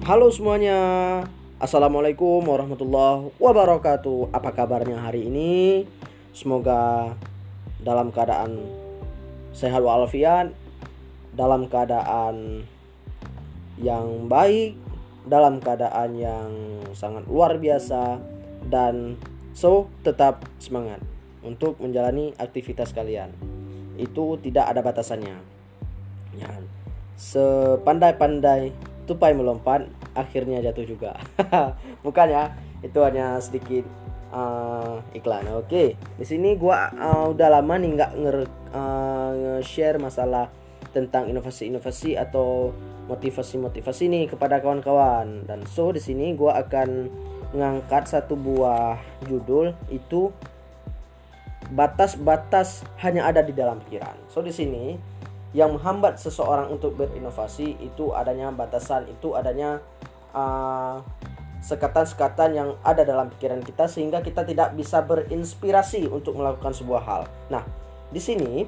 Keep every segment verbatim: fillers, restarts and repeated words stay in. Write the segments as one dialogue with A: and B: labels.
A: Halo semuanya, Assalamualaikum warahmatullahi wabarakatuh. Apa kabarnya hari ini? Semoga dalam keadaan sehat walafiat, dalam keadaan yang baik, dalam keadaan yang sangat luar biasa. Dan so tetap semangat untuk menjalani aktivitas kalian. Itu tidak ada batasannya ya. Sepandai-pandai tupai melompat, akhirnya jatuh juga. Bukan ya, itu hanya sedikit uh, iklan. Oke, di sini gua uh, udah lama nih nggak nger uh, nge-share masalah tentang inovasi-inovasi atau motivasi-motivasi nih kepada kawan-kawan. Dan so di sini gua akan mengangkat satu buah judul, itu batas-batas hanya ada di dalam pikiran. So di sini yang menghambat seseorang untuk berinovasi itu adanya batasan, itu adanya uh, sekatan-sekatan yang ada dalam pikiran kita sehingga kita tidak bisa berinspirasi untuk melakukan sebuah hal. Nah, di sini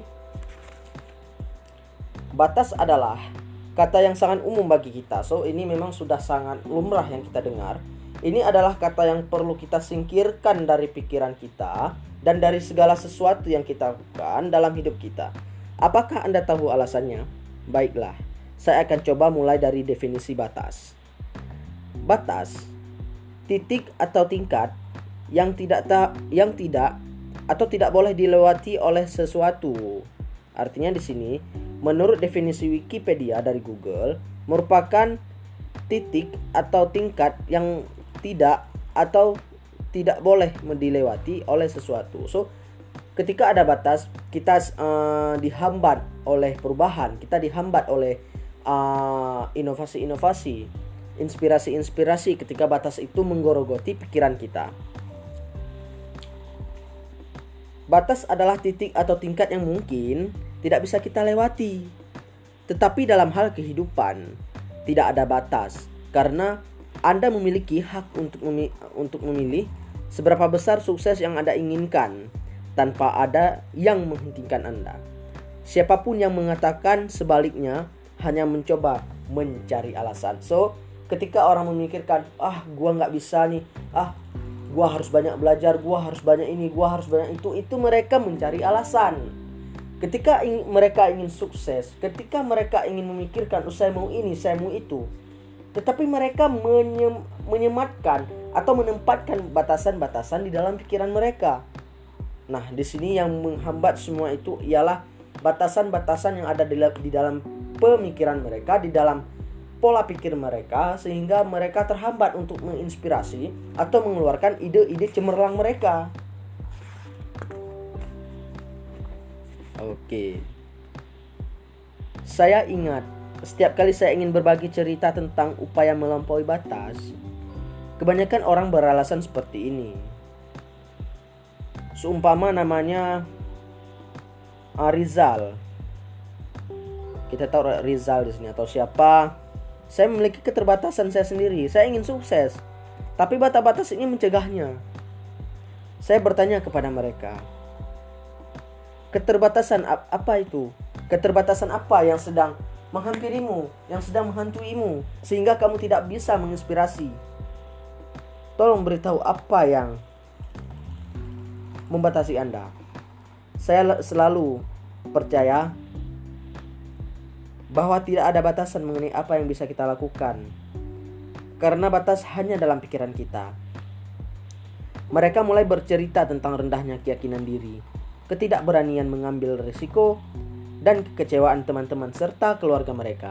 A: batas adalah kata yang sangat umum bagi kita. So ini memang sudah sangat lumrah yang kita dengar. Ini adalah kata yang perlu kita singkirkan dari pikiran kita dan dari segala sesuatu yang kita lakukan dalam hidup kita. Apakah Anda tahu alasannya? Baiklah, saya akan coba mulai dari definisi batas. Batas, titik atau tingkat yang tidak ta- yang tidak atau tidak boleh dilewati oleh sesuatu. Artinya di sini, menurut definisi Wikipedia dari Google, merupakan titik atau tingkat yang tidak atau tidak boleh dilewati oleh sesuatu. So, ketika ada batas, kita uh, dihambat oleh perubahan, kita dihambat oleh uh, inovasi-inovasi, inspirasi-inspirasi ketika batas itu menggorogoti pikiran kita. Batas adalah titik atau tingkat yang mungkin tidak bisa kita lewati. Tetapi dalam hal kehidupan, tidak ada batas, karena Anda memiliki hak untuk memi- untuk memilih seberapa besar sukses yang Anda inginkan, tanpa ada yang menghentikan Anda. Siapapun yang mengatakan sebaliknya hanya mencoba mencari alasan. So, ketika orang memikirkan, ah gua gak bisa nih, ah gua harus banyak belajar, gua harus banyak ini, gua harus banyak itu, itu mereka mencari alasan. Ketika ing- mereka ingin sukses, ketika mereka ingin memikirkan, oh saya mau ini, saya mau itu, tetapi mereka menyem- menyematkan atau menempatkan batasan-batasan di dalam pikiran mereka. Nah, di sini yang menghambat semua itu ialah batasan-batasan yang ada di, di dalam pemikiran mereka, di dalam pola pikir mereka, sehingga mereka terhambat untuk menginspirasi atau mengeluarkan ide-ide cemerlang mereka. Oke. Saya ingat, setiap kali saya ingin berbagi cerita tentang upaya melampaui batas, kebanyakan orang beralasan seperti ini. Seumpama namanya uh, Rizal. Kita tahu Rizal di sini atau siapa. Saya memiliki keterbatasan saya sendiri. Saya ingin sukses, tapi batas-batas ini mencegahnya. Saya bertanya kepada mereka, keterbatasan ap- apa itu? Keterbatasan apa yang sedang menghampirimu, yang sedang menghantuimu, sehingga kamu tidak bisa menginspirasi? Tolong beritahu apa yang membatasi Anda. Saya selalu percaya bahwa tidak ada batasan mengenai apa yang bisa kita lakukan, karena batas hanya dalam pikiran kita. Mereka mulai bercerita tentang rendahnya keyakinan diri, ketidakberanian mengambil risiko, dan kekecewaan teman-teman serta keluarga mereka.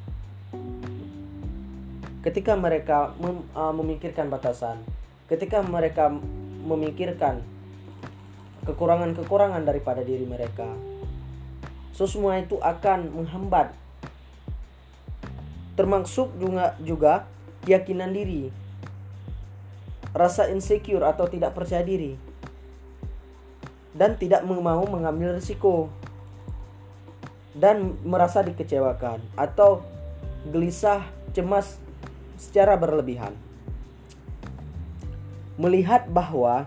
A: Ketika mereka mem- uh, memikirkan batasan, ketika mereka memikirkan kekurangan-kekurangan daripada diri mereka, so semua itu akan menghambat. Termasuk juga, juga keyakinan diri, rasa insecure atau tidak percaya diri, dan tidak mau mengambil risiko, dan merasa dikecewakan atau gelisah, cemas secara berlebihan. Melihat bahwa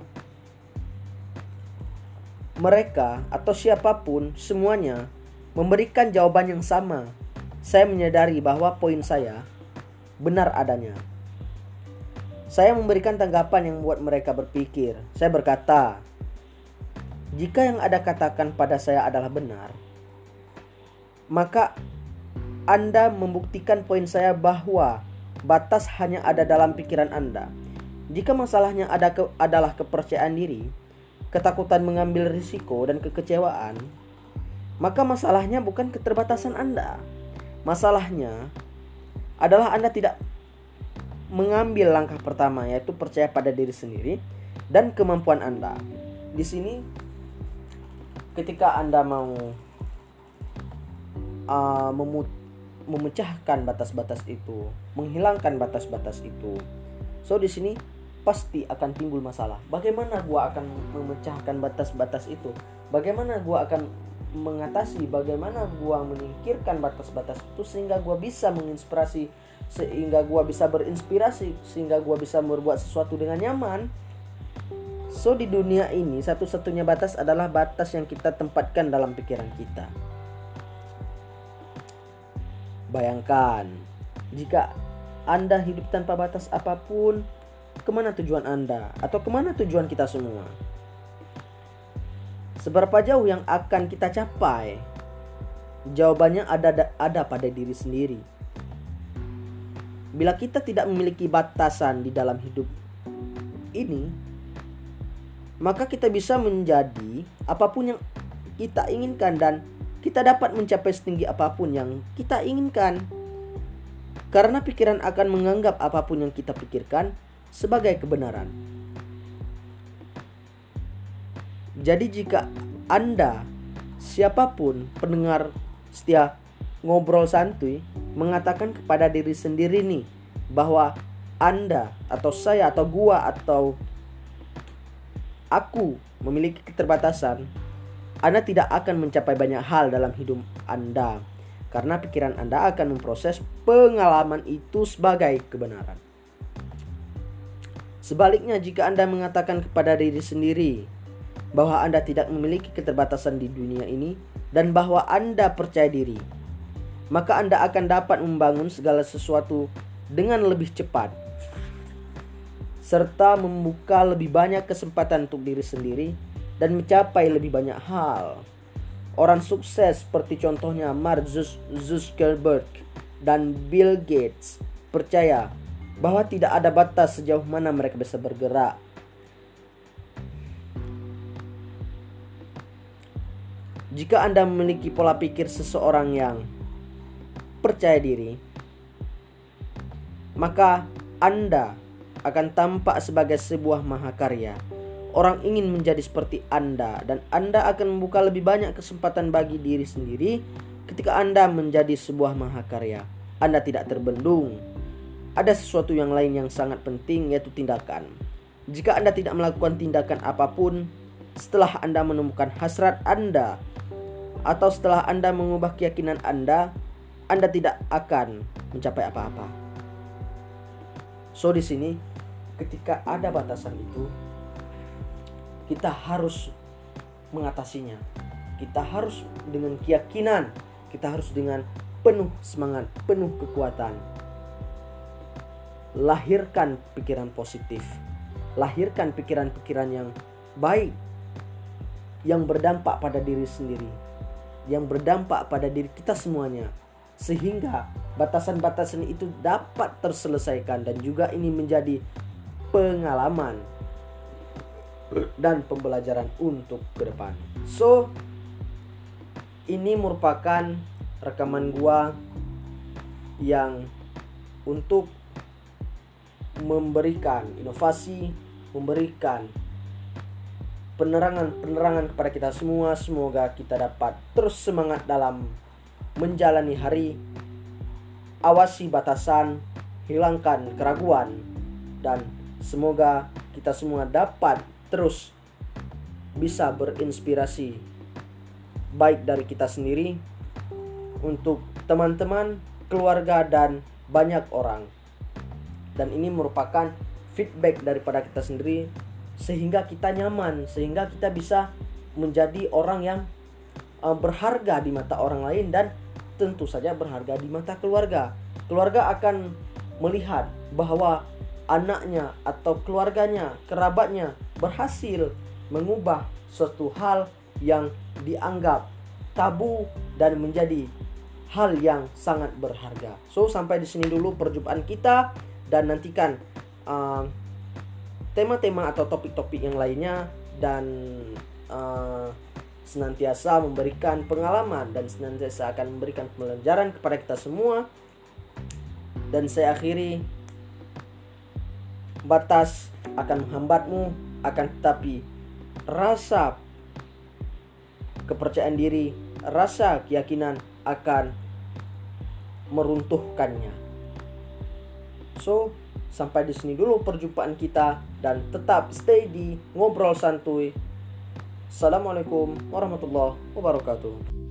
A: mereka atau siapapun semuanya memberikan jawaban yang sama, saya menyadari bahwa poin saya benar adanya. Saya memberikan tanggapan yang membuat mereka berpikir. Saya berkata, jika yang Anda katakan pada saya adalah benar, maka Anda membuktikan poin saya bahwa batas hanya ada dalam pikiran Anda. Jika masalahnya ada ke, adalah kepercayaan diri, ketakutan mengambil risiko, dan kekecewaan, maka masalahnya bukan keterbatasan Anda. Masalahnya adalah Anda tidak mengambil langkah pertama, yaitu percaya pada diri sendiri dan kemampuan Anda. Di sini ketika Anda mau uh, memu- memecahkan batas-batas itu, menghilangkan batas-batas itu, so di sini pasti akan timbul masalah. Bagaimana gua akan memecahkan batas-batas itu? Bagaimana gua akan mengatasi? Bagaimana gua menyingkirkan batas-batas itu sehingga gua bisa menginspirasi, sehingga gua bisa berinspirasi, sehingga gua bisa berbuat sesuatu dengan nyaman? So di dunia ini satu-satunya batas adalah batas yang kita tempatkan dalam pikiran kita. Bayangkan, jika Anda hidup tanpa batas apapun, kemana tujuan Anda? Atau kemana tujuan kita semua? Seberapa jauh yang akan kita capai? Jawabannya ada ada pada diri sendiri. Bila kita tidak memiliki batasan di dalam hidup ini, maka kita bisa menjadi apapun yang kita inginkan, dan kita dapat mencapai setinggi apapun yang kita inginkan. Karena pikiran akan menganggap apapun yang kita pikirkan sebagai kebenaran. Jadi jika Anda, siapapun pendengar setia ngobrol santuy, mengatakan kepada diri sendiri nih bahwa Anda atau saya atau gua atau aku memiliki keterbatasan, Anda tidak akan mencapai banyak hal dalam hidup Anda, karena pikiran Anda akan memproses pengalaman itu sebagai kebenaran. Sebaliknya, jika Anda mengatakan kepada diri sendiri bahwa Anda tidak memiliki keterbatasan di dunia ini dan bahwa Anda percaya diri, maka Anda akan dapat membangun segala sesuatu dengan lebih cepat, serta membuka lebih banyak kesempatan untuk diri sendiri dan mencapai lebih banyak hal. Orang sukses seperti contohnya Mark Zuckerberg dan Bill Gates percaya bahwa tidak ada batas sejauh mana mereka bisa bergerak. Jika Anda memiliki pola pikir seseorang yang percaya diri, maka Anda akan tampak sebagai sebuah mahakarya. Orang ingin menjadi seperti Anda, dan Anda akan membuka lebih banyak kesempatan bagi diri sendiri ketika Anda menjadi sebuah mahakarya. Anda tidak terbendung. Ada sesuatu yang lain yang sangat penting, yaitu tindakan. Jika Anda tidak melakukan tindakan apapun setelah Anda menemukan hasrat Anda, atau setelah Anda mengubah keyakinan Anda, Anda tidak akan mencapai apa-apa. So di sini ketika ada batasan itu, kita harus mengatasinya. Kita harus dengan keyakinan, kita harus dengan penuh semangat, penuh kekuatan. Lahirkan pikiran positif. Lahirkan pikiran-pikiran yang baik, yang berdampak pada diri sendiri, yang berdampak pada diri kita semuanya, sehingga batasan-batasan itu dapat terselesaikan, dan juga ini menjadi pengalaman dan pembelajaran untuk ke depan. So, ini merupakan rekaman gua yang untuk memberikan inovasi, memberikan penerangan-penerangan kepada kita semua. Semoga kita dapat terus semangat dalam menjalani hari. Awasi batasan, hilangkan keraguan, dan semoga kita semua dapat terus bisa berinspirasi, baik dari kita sendiri, untuk teman-teman, keluarga, dan banyak orang. Dan ini merupakan feedback daripada kita sendiri, sehingga kita nyaman, sehingga kita bisa menjadi orang yang uh, berharga di mata orang lain, dan tentu saja berharga di mata keluarga. Keluarga akan melihat bahwa anaknya atau keluarganya, kerabatnya berhasil mengubah suatu hal yang dianggap tabu dan menjadi hal yang sangat berharga. So, sampai di sini dulu perjumpaan kita, dan nantikan uh, tema-tema atau topik-topik yang lainnya, dan uh, senantiasa memberikan pengalaman dan senantiasa akan memberikan pembelajaran kepada kita semua. Dan saya akhiri, batas akan menghambatmu, akan tetapi rasa kepercayaan diri, rasa keyakinan akan meruntuhkannya. So, sampai di sini dulu perjumpaan kita, dan tetap stay di Ngobrol Santuy. Assalamualaikum warahmatullahi wabarakatuh.